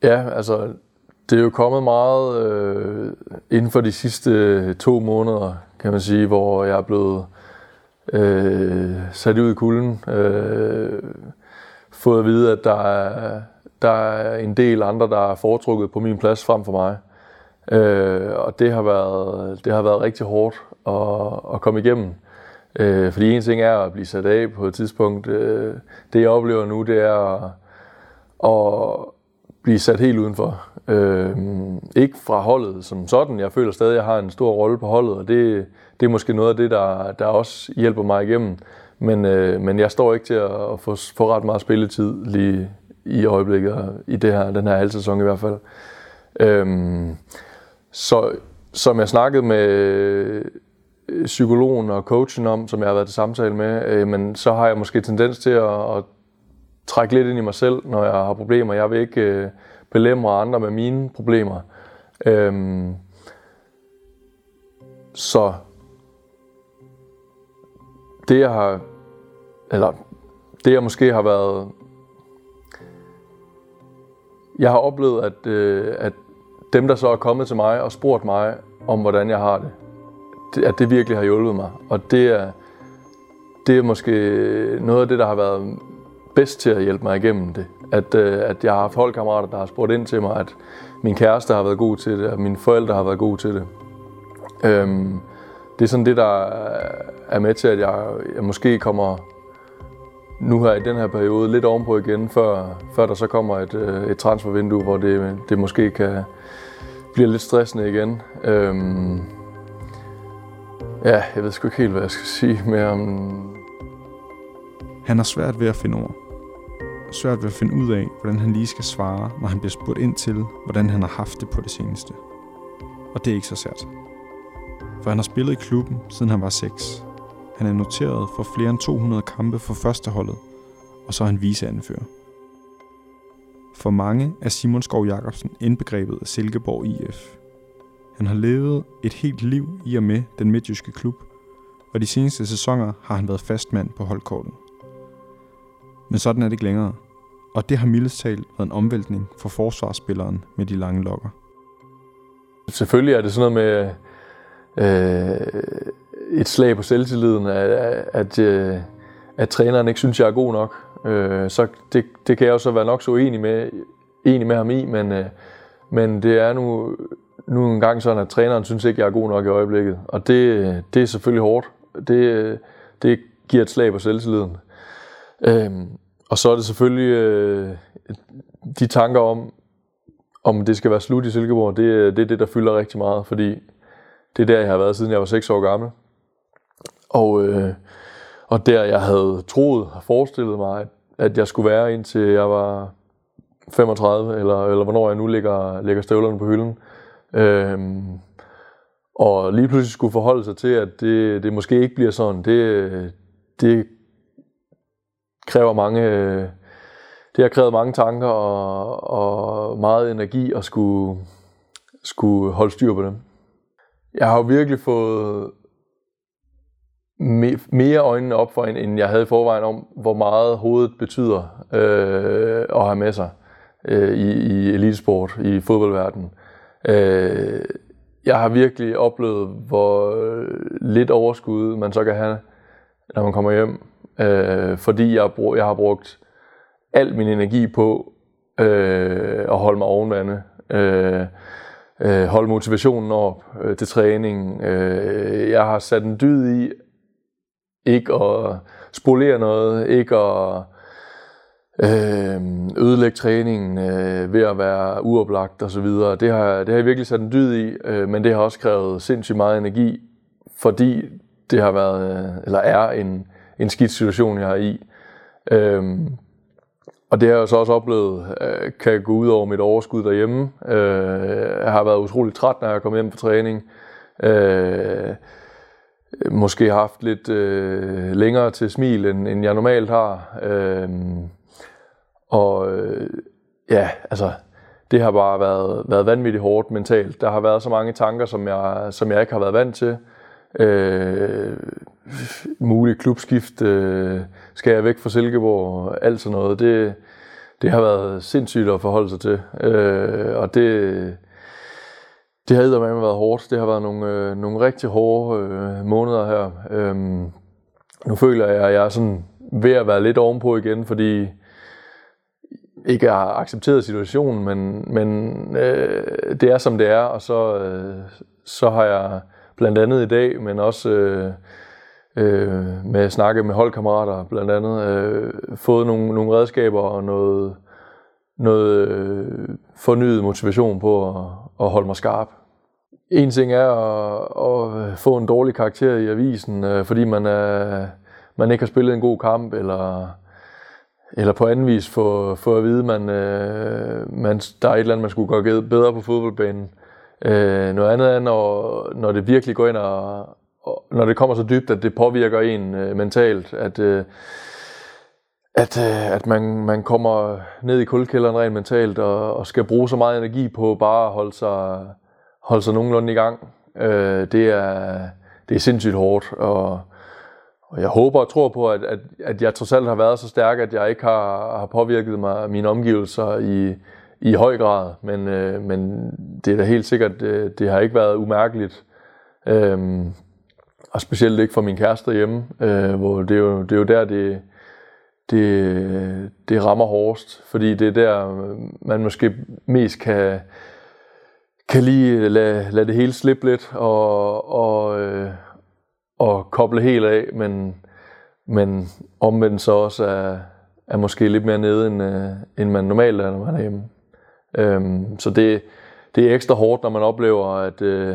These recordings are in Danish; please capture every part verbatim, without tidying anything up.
Ja, altså det er jo kommet meget øh, inden for de sidste to måneder, kan man sige, hvor jeg er blevet øh, sat ud i kulden. Øh, fået at vide, at der er, der er en del andre, der er foretrukket på min plads frem for mig. Øh, og det har været, det har været rigtig hårdt at, at komme igennem. Øh, fordi en ting er at blive sat af på et tidspunkt. Øh, det jeg oplever nu, det er at, at blive sat helt udenfor. Øh, ikke fra holdet som sådan. Jeg føler stadig, at jeg har en stor rolle på holdet, og det, det er måske noget af det, der, der også hjælper mig igennem. Men, øh, men jeg står ikke til at få, få ret meget spilletid lige i øjeblikket, i det her, den her halv sæson i hvert fald. Øh, så som jeg snakkede med psykologen og coachen om, som jeg har været til samtale med, øh, men så har jeg måske tendens til at, at trække lidt ind i mig selv, når jeg har problemer. Jeg vil ikke øh, belemre andre med mine problemer. Øhm, så det jeg har, eller det jeg måske har været, jeg har oplevet, at, øh, at dem, der så er kommet til mig og spurgt mig om, hvordan jeg har det, det at det virkelig har hjulpet mig. Og det er, det er måske noget af det, der har været bedst til at hjælpe mig igennem det. At, øh, at jeg har haft holdkammerater, der har spurgt ind til mig, at min kæreste har været god til det, og mine forældre har været gode til det. Øhm, det er sådan det, der er med til, at jeg, jeg måske kommer nu her i den her periode lidt ovenpå igen, før, før der så kommer et, et transfervindue, hvor det, det måske kan blive lidt stressende igen. Øhm, ja, jeg ved sgu ikke helt, hvad jeg skal sige mere om. Han har svært ved at finde ord. Svært ved at finde ud af, hvordan han lige skal svare, når han bliver spurgt ind til, hvordan han har haft det på det seneste. Og det er ikke så sært. For han har spillet i klubben, siden han var seks. Han er noteret for flere end to hundrede kampe for førsteholdet, og så er han viceanfører. For mange er Simon Skov Jacobsen indbegrebet af Silkeborg I F. Han har levet et helt liv i og med den midtjyske klub, og de seneste sæsoner har han været fastmand på holdkortet. Men sådan er det ikke længere, og det har mildest talt været en omvæltning for forsvarsspilleren med de lange lokker. Selvfølgelig er det sådan noget med øh, et slag på selvtilliden, at, at, at, at træneren ikke synes, jeg er god nok. Øh, så det, det kan jeg jo så være nok så uenig med, enig med ham i, men, øh, men det er nu, nu engang sådan, at træneren synes ikke, jeg er god nok i øjeblikket. Og det, det er selvfølgelig hårdt. Det, det giver et slag på selvtilliden. Øhm, og så er det selvfølgelig øh, de tanker om, om det skal være slut i Silkeborg, det, det er det, der fylder rigtig meget, fordi det er der, jeg har været, siden jeg var seks år gammel. Og, øh, og der, jeg havde troet og forestillet mig, at, at jeg skulle være, indtil jeg var femogtredive, eller, eller hvornår jeg nu lægger, lægger støvlerne på hylden. Øhm, og lige pludselig skulle forholde sig til, at det, det måske ikke bliver sådan, det, det kræver mange, det har krævet mange tanker og, og meget energi at skulle, skulle holde styr på dem. Jeg har jo virkelig fået me, mere øjnene op for, end jeg havde i forvejen, om hvor meget hovedet betyder øh, at have med sig øh, i, i elitesport, i fodboldverdenen. Øh, jeg har virkelig oplevet, hvor lidt overskud man så kan have, når man kommer hjem. Øh, fordi jeg, brug, jeg har brugt al min energi på øh, at holde mig ovenvande, øh, øh, holde motivationen op øh, til træning. Øh, jeg har sat en dyd i ikke at spolere noget, ikke at øh, ødelægge træningen øh, ved at være uoplagt osv. Det har, det har jeg virkelig sat en dyd i, øh, men det har også krævet sindssygt meget energi, fordi det har været, eller er en en skidt situation, jeg er i. Øhm, og det har jeg så også oplevet, øh, kan gå ud over mit overskud derhjemme. Øh, jeg har været utroligt træt, når jeg er kommet hjem fra træning. Øh, måske haft lidt øh, længere til smil, end, end jeg normalt har. Øh, og øh, ja, altså, det har bare været, været vanvittigt hårdt mentalt. Der har været så mange tanker, som jeg, som jeg ikke har været vant til. Øh, mulig klubskift, øh, skal jeg væk fra Silkeborg, alt sådan noget. Det, det har været sindssygt at forholde sig til. Øh, og det, det har eddermame været hårdt. Det har været nogle, øh, nogle rigtig hårde øh, måneder her. Øh, nu føler jeg, at jeg er sådan ved at være lidt ovenpå igen, fordi ikke har accepteret situationen, men, men øh, det er som det er, og så, øh, så har jeg blandt andet i dag, men også øh, øh, med at snakke med holdkammerater blandt andet, øh, fået nogle, nogle redskaber og noget, noget øh, fornyet motivation på at, at holde mig skarp. En ting er at, at få en dårlig karakter i avisen, øh, fordi man, er, man ikke har spillet en god kamp, eller Eller på anden vis få, få at vide, at man, øh, man, der er et eller andet, man skulle gøre bedre på fodboldbanen. Øh, noget andet er, når, når det virkelig går ind, og, og når det kommer så dybt, at det påvirker en øh, mentalt. At, øh, at, øh, at man, man kommer ned i kuldekælderen rent mentalt, og, og skal bruge så meget energi på bare at holde sig, holde sig nogenlunde i gang. Øh, det, er, det er sindssygt hårdt, og Og jeg håber og tror på, at, at, at jeg trods alt har været så stærk, at jeg ikke har, har påvirket mig mine omgivelser i, i høj grad. Men, øh, men det er da helt sikkert, det, det har ikke været umærkeligt. Øhm, og specielt ikke for min kæreste derhjemme, øh, hvor det er jo, det er jo der, det, det, det rammer hårdest. Fordi det er der, man måske mest kan, kan lige lade, lade det hele slippe lidt og... og øh, og koble helt af, men, men omvendt så også er, er måske lidt mere nede, end, end man normalt er, når man er hjemme. Øhm, så det, det er ekstra hårdt, når man oplever, at, øh,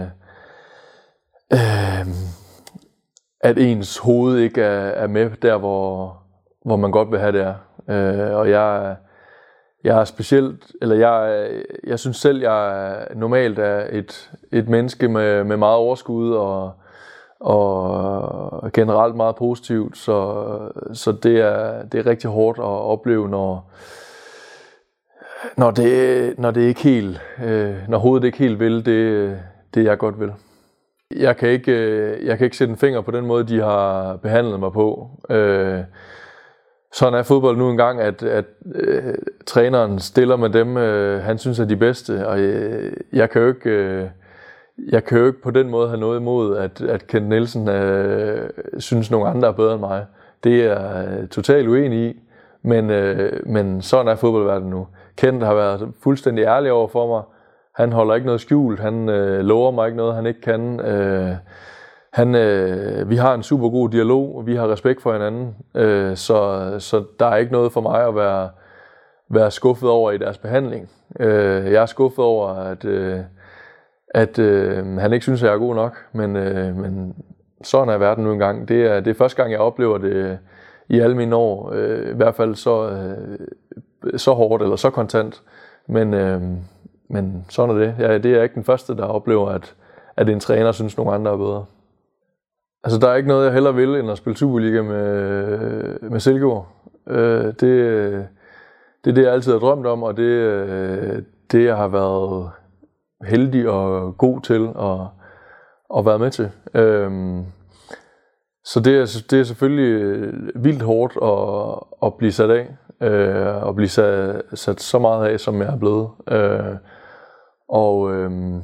øh, at ens hoved ikke er, er med der, hvor, hvor man godt vil have det er. Øh, og jeg, jeg er specielt, eller jeg, jeg synes selv, jeg er, normalt er et, et menneske med, med meget overskud, og og generelt meget positivt, så, så det, er, det er rigtig hårdt at opleve, når, når, det, når det ikke helt, øh, når hovedet ikke helt vil det, det jeg godt vil. Jeg kan ikke, jeg kan ikke sætte en finger på den måde, de har behandlet mig på. Øh, sådan er fodbold nu engang, at, at øh, træneren stiller med dem, øh, han synes er de bedste, og øh, jeg kan jo ikke... Øh, Jeg kan jo ikke på den måde have noget imod, at, at Kent Nielsen øh, synes, nogle andre er bedre end mig. Det er jeg totalt uenig i, men, øh, men sådan er fodboldverdenen nu. Kent har været fuldstændig ærlig over for mig. Han holder ikke noget skjult. Han øh, lover mig ikke noget, han ikke kan. Øh, han, øh, vi har en super god dialog, og vi har respekt for hinanden. Øh, så, så der er ikke noget for mig at være, være skuffet over i deres behandling. Øh, jeg er skuffet over, at... Øh, at øh, han ikke synes, at jeg er god nok, men, øh, men sådan er verden nu engang. Det er, det er første gang, jeg oplever det i alle mine år, øh, i hvert fald så, øh, så hårdt eller så kontant, men, øh, men sådan er det. Ja, det er ikke den første, der oplever, at, at en træner synes, at nogle andre er bedre. Altså, der er ikke noget, jeg hellere vil, end at spille Superliga med, med Silkeborg. Øh, det, det er det, jeg altid har drømt om, og det, det jeg har været heldig og god til at, at være med til. Øhm, så det er, det er selvfølgelig vildt hårdt at, at blive sat af, øh, og blive sat, sat så meget af, som jeg er blevet. Øh, og, øhm,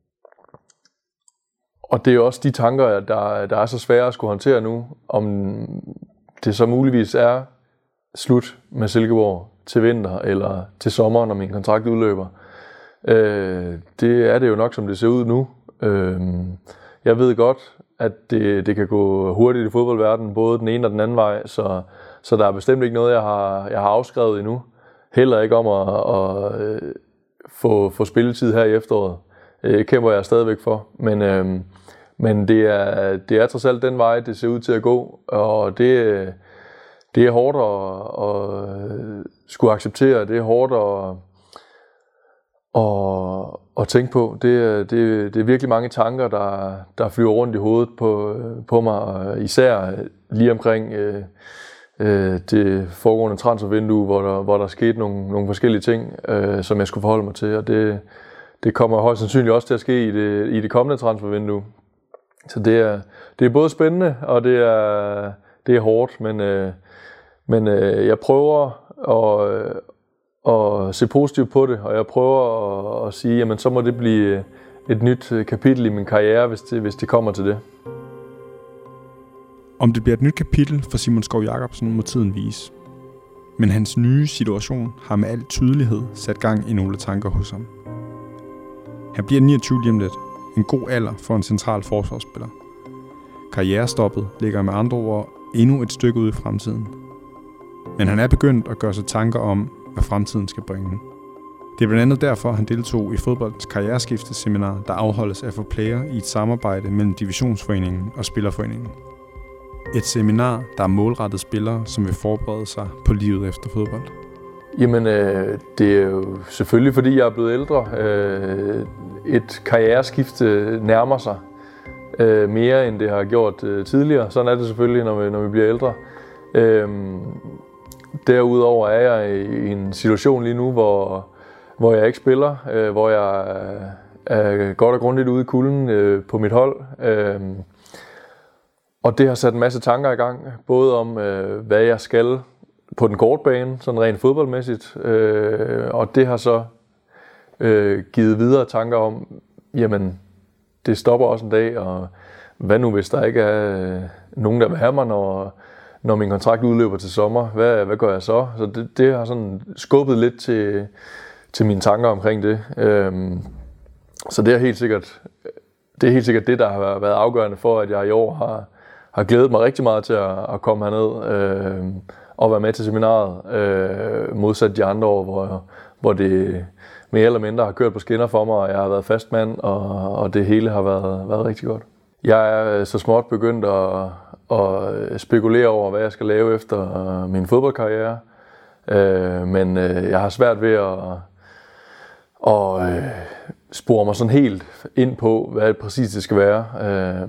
og det er også de tanker, der, der er så svære at skulle håndtere nu, om det så muligvis er slut med Silkeborg til vinter eller til sommer, når min kontrakt udløber. Øh, det er det jo nok, som det ser ud nu. Øh, jeg ved godt, at det, det kan gå hurtigt i fodboldverdenen, både den ene og den anden vej, så, så der er bestemt ikke noget, jeg har, jeg har afskrevet endnu. Heller ikke om at, at, at få, få spilletid her i efteråret. Det kæmper jeg stadigvæk for, men, øh, men det, er, det er trods alt den vej, det ser ud til at gå, og det, det er hårdt at, at skulle acceptere, det er hårdt at Og, og tænke på. Det, det, det er virkelig mange tanker, der, der flyver rundt i hovedet på, på mig, især lige omkring øh, øh, det foregående transfervindue, hvor der, hvor der skete nogle, nogle forskellige ting, øh, som jeg skulle forholde mig til, og det, det kommer højst sandsynligt også til at ske i det, i det kommende transfervindue. Så det er, det er både spændende, og det er, det er hårdt, men, øh, men øh, jeg prøver at at se positivt på det, og jeg prøver at, at sige, jamen så må det blive et nyt kapitel i min karriere, hvis det, hvis det kommer til det. Om det bliver et nyt kapitel for Simon Skov Jacobsen, må tiden vise. Men hans nye situation har med al tydelighed sat gang i nogle tanker hos ham. Han bliver niogtyve lige om lidt. En god alder for en central forsvarsspiller. Karrierestoppet ligger med andre ord endnu et stykke ude i fremtiden. Men han er begyndt at gøre sig tanker om, hvad fremtiden skal bringe. Det er blandt andet derfor, han deltog i fodboldens karriereskifteseminar, der afholdes af For Player i et samarbejde mellem Divisionsforeningen og Spillerforeningen. Et seminar, der er målrettet spillere, som vil forberede sig på livet efter fodbold. Jamen, øh, det er jo selvfølgelig, fordi jeg er blevet ældre. Øh, et karriereskifte nærmer sig øh, mere, end det har gjort øh, tidligere. Sådan er det selvfølgelig, når vi, når vi bliver ældre. Øh, derudover er jeg i en situation lige nu, hvor, hvor jeg ikke spiller, øh, hvor jeg er godt og grundigt ude i kulden øh, på mit hold. Øh, og det har sat en masse tanker i gang, både om, øh, hvad jeg skal på den korte bane, sådan rent fodboldmæssigt, øh, og det har så øh, givet videre tanker om, jamen, det stopper også en dag, og hvad nu, hvis der ikke er øh, nogen, der vil have mig, når, når min kontrakt udløber til sommer, hvad, hvad gør jeg så? Så det, det har sådan skubbet lidt til, til mine tanker omkring det. Øh, så det er helt sikkert det, er helt sikkert det, der har været afgørende for, at jeg i år har, har glædet mig rigtig meget til at, at komme herned, øh, og være med til seminaret, øh, modsat de andre år, hvor, hvor det mere eller mindre har kørt på skinner for mig, og jeg har været fast mand, og, og det hele har været, været rigtig godt. Jeg er så småt begyndt at, at spekulere over, hvad jeg skal lave efter min fodboldkarriere, øh, men øh, jeg har svært ved at, at øh, spore mig sådan helt ind på, hvad det præcis det skal være. Øh,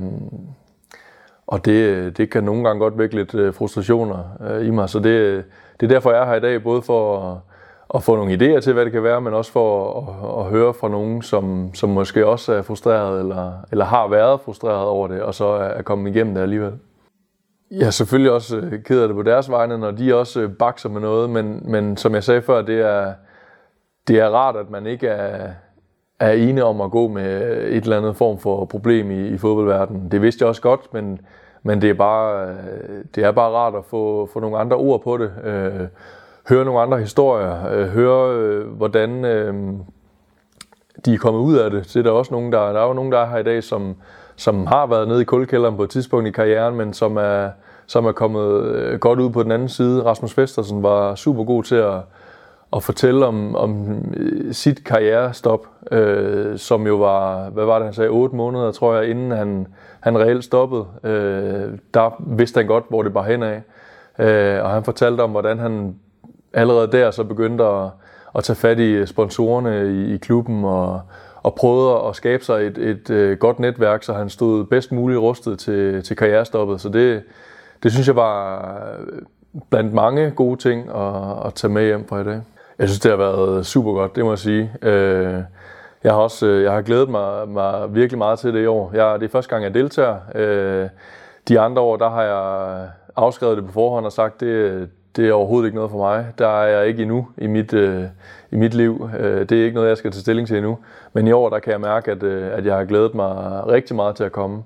Og det, det kan nogle gange godt vække lidt frustrationer øh, i mig, så det, det er derfor, jeg er her i dag, både for at, at få nogle idéer til, hvad det kan være, men også for at, at høre fra nogen, som, som måske også er frustreret, eller, eller har været frustreret over det, og så er kommet igennem det alligevel. Jeg er selvfølgelig også ked af det på deres vegne, når de også bakser med noget, men, men som jeg sagde før, det er, det er rart, at man ikke er... er enige om at gå med et eller andet form for problem i, i fodboldverdenen. Det vidste jeg også godt, men, men det, er bare, det er bare rart at få, få nogle andre ord på det. Øh, høre nogle andre historier. Øh, høre, øh, hvordan øh, de er kommet ud af det. Det er der også nogen, der, der er jo nogen, der er her i dag, som, som har været nede i kuldekælderen på et tidspunkt i karrieren, men som er, som er kommet godt ud på den anden side. Rasmus Vestersen var super god til at og fortælle om, om sit karrierestop, øh, som jo var, hvad var det han sagde, otte måneder, tror jeg, inden han, han reelt stoppede. Øh, der vidste han godt, hvor det bar henad. Øh, og han fortalte om, hvordan han allerede der så begyndte at, at tage fat i sponsorerne i, i klubben, og, og prøvede at skabe sig et, et, et godt netværk, så han stod bedst muligt rustet til, til karrierestoppet. Så det, det synes jeg var blandt mange gode ting at, at tage med hjem fra i dag. Jeg synes, det har været super godt, det må jeg sige. Jeg har også jeg har glædet mig, mig virkelig meget til det i år. Jeg, det er første gang, jeg deltager. De andre år, der har jeg afskrevet det på forhånd og sagt, det, det er overhovedet ikke noget for mig. Der er jeg ikke endnu i mit, i mit liv. Det er ikke noget, jeg skal tage stilling til endnu. Men i år, der kan jeg mærke, at, at jeg har glædet mig rigtig meget til at komme.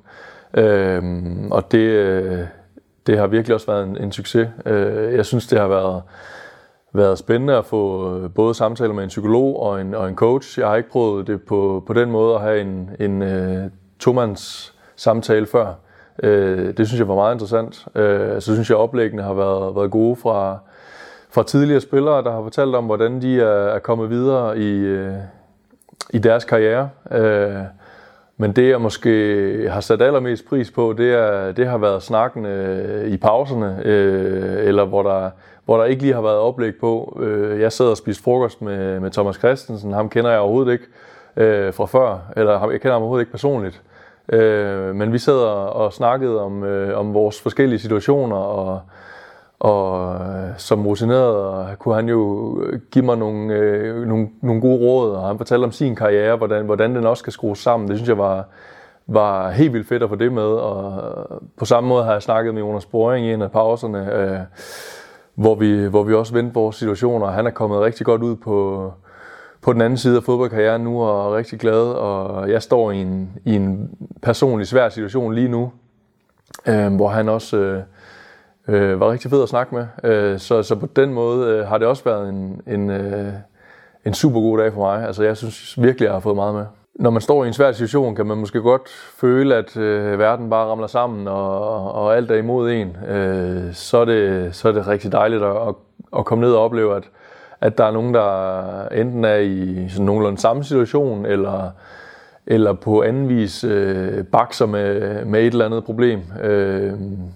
Og det, det har virkelig også været en, en succes. Jeg synes, det har været... været spændende at få både samtaler med en psykolog og en, og en coach. Jeg har ikke prøvet det på, på den måde at have en, en uh, tomands samtale før. Uh, det synes jeg var meget interessant. Uh, så synes jeg, at oplæggene har været, været gode fra, fra tidligere spillere, der har fortalt om, hvordan de er, er kommet videre i, uh, i deres karriere. Uh, men det, jeg måske har sat allermest pris på, det, er, det har været snakken uh, i pauserne, uh, eller hvor der hvor der ikke lige har været oplæg på. Jeg sad og spiste frokost med, med Thomas Christensen. Ham kender jeg overhovedet ikke øh, fra før, eller jeg kender ham overhovedet ikke personligt. Øh, men vi sad og snakkede om, øh, om vores forskellige situationer, og, og som rutineret kunne han jo give mig nogle, øh, nogle, nogle gode råd, og han fortalte om sin karriere, hvordan, hvordan den også skal skrues sammen. Det synes jeg var, var helt vildt fedt at få det med, og på samme måde har jeg snakket med Jonas Boring i en af pauserne, øh, hvor vi, hvor vi også vendte vores situationer. Han er kommet rigtig godt ud på, på den anden side af fodboldkarrieren nu, og er rigtig glad, og jeg står i en, i en personlig svær situation lige nu, øh, hvor han også øh, øh, var rigtig fed at snakke med. Øh, så, så på den måde øh, har det også været en, en, øh, en super god dag for mig. Altså jeg synes virkelig, jeg har fået meget med. Når man står i en svær situation, kan man måske godt føle, at øh, verden bare ramler sammen, og, og alt er imod en. Øh, så, er det, så er det rigtig dejligt at, at komme ned og opleve, at, at der er nogen, der enten er i sådan nogenlunde samme situation, eller, eller på anden vis øh, bakser med, med et eller andet problem. Øh,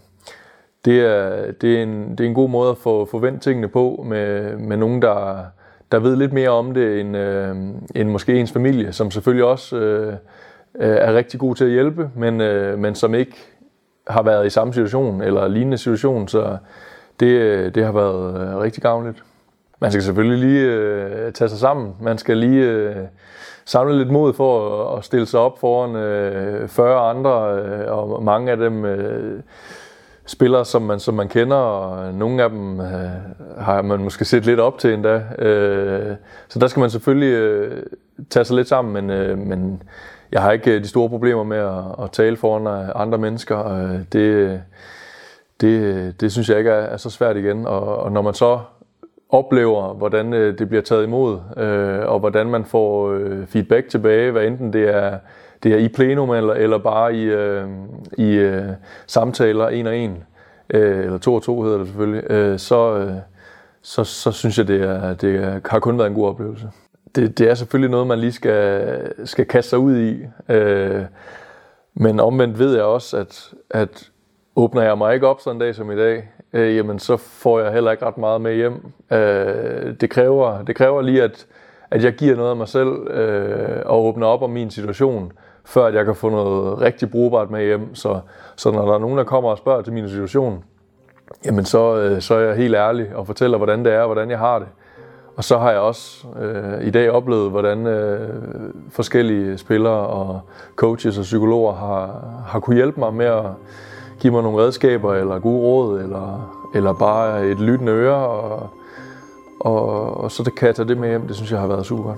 det, er, det, er en, det er en god måde at få, få vendt tingene på med, med nogen, der... der ved lidt mere om det, end, øh, end måske ens familie, som selvfølgelig også øh, er rigtig god til at hjælpe, men, øh, men som ikke har været i samme situation eller lignende situation, så det, det har været øh, rigtig gavnligt. Man skal selvfølgelig lige øh, tage sig sammen. Man skal lige øh, samle lidt mod for at, at stille sig op foran øh, fyrre andre, øh, og mange af dem... Øh, spillere, som man, som man kender, og nogle af dem øh, har man måske set lidt op til endda. Øh, så der skal man selvfølgelig øh, tage sig lidt sammen, men, øh, men jeg har ikke de store problemer med at, at tale foran andre mennesker. Øh, det, det, det synes jeg ikke er, er så svært igen. Og, og når man så oplever, hvordan øh, det bliver taget imod, øh, og hvordan man får øh, feedback tilbage, hvad enten det er det er i plenum eller, eller bare i, øh, i øh, samtaler en og en, øh, eller to og to hedder det selvfølgelig, øh, så, øh, så, så synes jeg, det, er, det er, har kun været en god oplevelse. Det, det er selvfølgelig noget, man lige skal, skal kaste sig ud i, øh, men omvendt ved jeg også, at, at åbner jeg mig ikke op sådan en dag som i dag, øh, jamen så får jeg heller ikke ret meget med hjem. Øh, det, kræver, det kræver lige, at, at jeg giver noget af mig selv øh, og åbner op om min situation, før at jeg kan få noget rigtig brugbart med hjem. Så, så når der er nogen, der kommer og spørger til min situation, jamen så, øh, så er jeg helt ærlig og fortæller, hvordan det er og hvordan jeg har det. Og så har jeg også øh, i dag oplevet, hvordan øh, forskellige spillere og coaches og psykologer har, har kunne hjælpe mig med at give mig nogle redskaber eller gode råd, eller, eller bare et lyttende øre, og, og, og så kan jeg tage det med hjem. Det synes jeg har været super godt.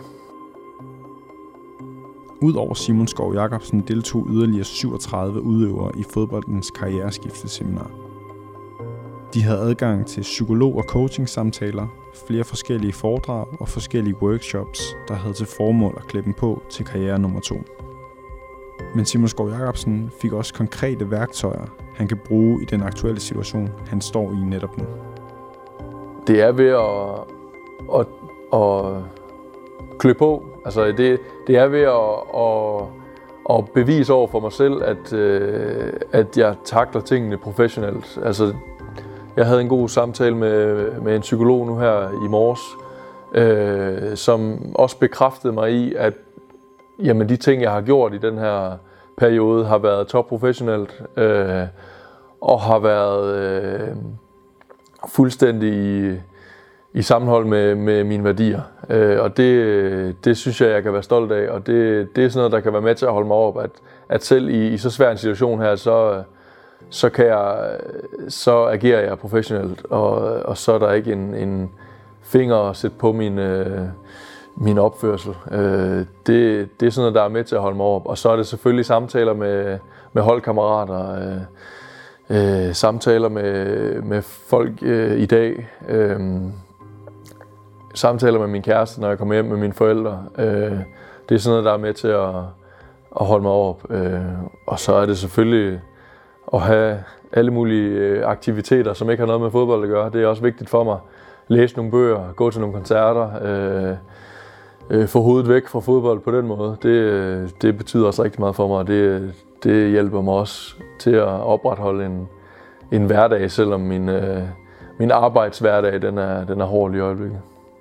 Udover Simon Skov Jacobsen deltog yderligere syvogtredive udøvere i fodboldens karriereskifteseminar. De havde adgang til psykolog- og coaching-samtaler, flere forskellige foredrag og forskellige workshops, der havde til formål at klæde dem på til karriere nummer to. Men Simon Skov Jacobsen fik også konkrete værktøjer, han kan bruge i den aktuelle situation, han står i netop nu. Det er ved at, at, at klø på. Altså det, det er ved at, at, at bevise over for mig selv, at, at jeg takler tingene professionelt. Altså, jeg havde en god samtale med, med en psykolog nu her i morges, øh, som også bekræftede mig i, at jamen, de ting, jeg har gjort i den her periode, har været topprofessionelt øh, og har været øh, fuldstændig i, i sammenhold med, med mine værdier. Øh, og det, det synes jeg, jeg kan være stolt af, og det, det er sådan noget, der kan være med til at holde mig op, at, at selv i, i så svær en situation her, så, så, kan jeg, så agerer jeg professionelt, og, og så er der ikke en, en finger at sætte på min, øh, min opførsel. Øh, det, det er sådan noget, der er med til at holde mig op. Og så er det selvfølgelig samtaler med, med holdkammerater, øh, øh, samtaler med, med folk øh, i dag, øh, samtaler med min kæreste, når jeg kommer hjem med mine forældre. Øh, det er sådan noget, der er med til at, at holde mig op. Øh, og så er det selvfølgelig at have alle mulige aktiviteter, som ikke har noget med fodbold at gøre. Det er også vigtigt for mig. Læse nogle bøger, gå til nogle koncerter, øh, øh, få hovedet væk fra fodbold på den måde. Det, det betyder også rigtig meget for mig, og det, det hjælper mig også til at opretholde en, en hverdag, selvom min, øh, min arbejdshverdag den er, den er hård i øjeblikket.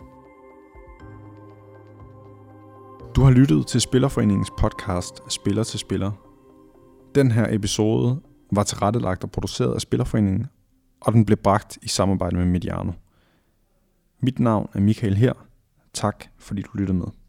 Du har lyttet til Spillerforeningens podcast Spiller til Spiller. Den her episode var tilrettelagt og produceret af Spillerforeningen, og den blev bragt i samarbejde med Mediano. Mit navn er Michael her. Tak fordi du lyttede med.